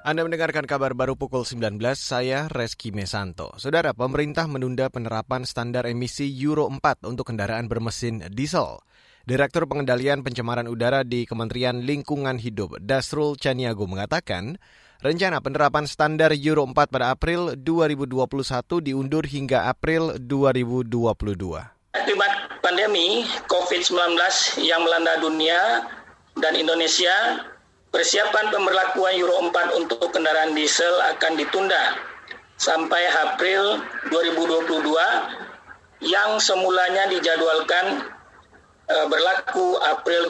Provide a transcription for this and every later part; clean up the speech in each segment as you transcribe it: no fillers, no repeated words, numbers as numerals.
Anda mendengarkan kabar baru pukul 19, saya Reski Mesanto. Saudara, pemerintah menunda penerapan standar emisi Euro 4 untuk kendaraan bermesin diesel. Direktur Pengendalian Pencemaran Udara di Kementerian Lingkungan Hidup, Dasrul Caniago, mengatakan, rencana penerapan standar Euro 4 pada April 2021 diundur hingga April 2022. Akibat pandemi COVID-19 yang melanda dunia dan Indonesia, persiapan pemberlakuan Euro 4 untuk kendaraan diesel akan ditunda sampai April 2022 yang semulanya dijadwalkan berlaku April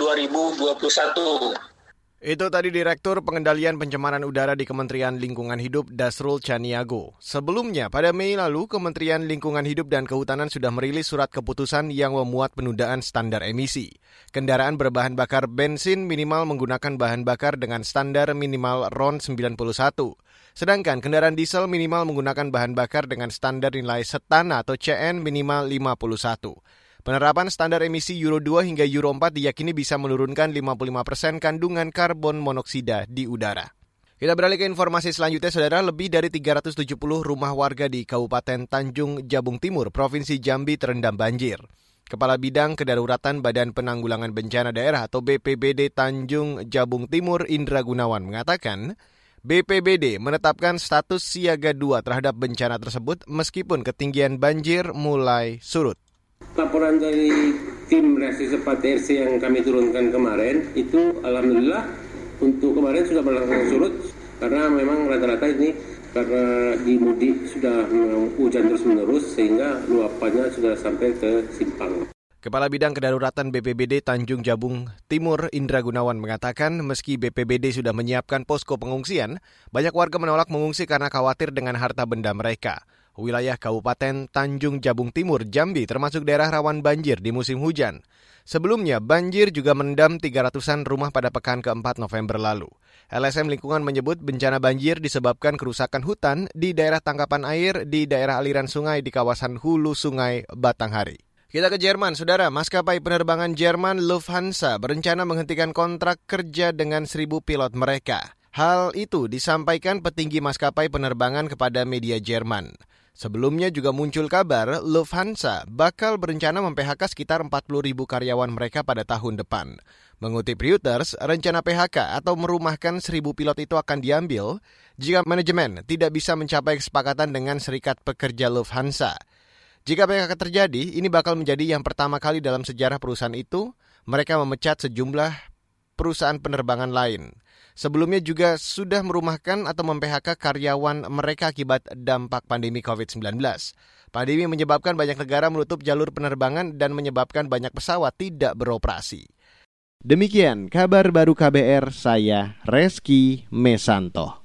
2021. Itu tadi Direktur Pengendalian Pencemaran Udara di Kementerian Lingkungan Hidup, Dasrul Caniago. Sebelumnya, pada Mei lalu, Kementerian Lingkungan Hidup dan Kehutanan sudah merilis surat keputusan yang memuat penundaan standar emisi. Kendaraan berbahan bakar bensin minimal menggunakan bahan bakar dengan standar minimal RON 91. Sedangkan kendaraan diesel minimal menggunakan bahan bakar dengan standar nilai setana atau CN minimal 51. Penerapan standar emisi Euro 2 hingga Euro 4 diyakini bisa menurunkan 55% kandungan karbon monoksida di udara. Kita beralih ke informasi selanjutnya, Saudara. Lebih dari 370 rumah warga di Kabupaten Tanjung Jabung Timur, Provinsi Jambi terendam banjir. Kepala Bidang Kedaruratan Badan Penanggulangan Bencana Daerah atau BPBD Tanjung Jabung Timur, Indra Gunawan, mengatakan, BPBD menetapkan status siaga 2 terhadap bencana tersebut meskipun ketinggian banjir mulai surut. Laporan dari tim reaksi cepat TRC yang kami turunkan kemarin itu alhamdulillah untuk kemarin sudah berlangsung surut karena memang rata-rata ini karena di mudik sudah hujan terus-menerus sehingga luapannya sudah sampai ke simpang. Kepala Bidang Kedaruratan BPBD Tanjung Jabung Timur, Indra Gunawan, mengatakan meski BPBD sudah menyiapkan posko pengungsian, banyak warga menolak mengungsi karena khawatir dengan harta benda mereka. Wilayah Kabupaten Tanjung Jabung Timur, Jambi termasuk daerah rawan banjir di musim hujan. Sebelumnya, banjir juga merendam 300-an rumah pada pekan ke-4 November lalu. LSM Lingkungan menyebut bencana banjir disebabkan kerusakan hutan di daerah tangkapan air di daerah aliran sungai di kawasan hulu sungai Batanghari. Kita ke Jerman, Saudara. Maskapai penerbangan Jerman Lufthansa berencana menghentikan kontrak kerja dengan 1.000 pilot mereka. Hal itu disampaikan petinggi maskapai penerbangan kepada media Jerman. Sebelumnya juga muncul kabar Lufthansa bakal berencana mem-PHK sekitar 40.000 karyawan mereka pada tahun depan. Mengutip Reuters, rencana PHK atau merumahkan 1.000 pilot itu akan diambil jika manajemen tidak bisa mencapai kesepakatan dengan Serikat Pekerja Lufthansa. Jika PHK terjadi, ini bakal menjadi yang pertama kali dalam sejarah perusahaan itu, mereka memecat sejumlah perusahaan penerbangan lain. Sebelumnya juga sudah merumahkan atau mem-PHK karyawan mereka akibat dampak pandemi COVID-19. Pandemi menyebabkan banyak negara menutup jalur penerbangan dan menyebabkan banyak pesawat tidak beroperasi. Demikian kabar baru KBR, saya Reski Mesanto.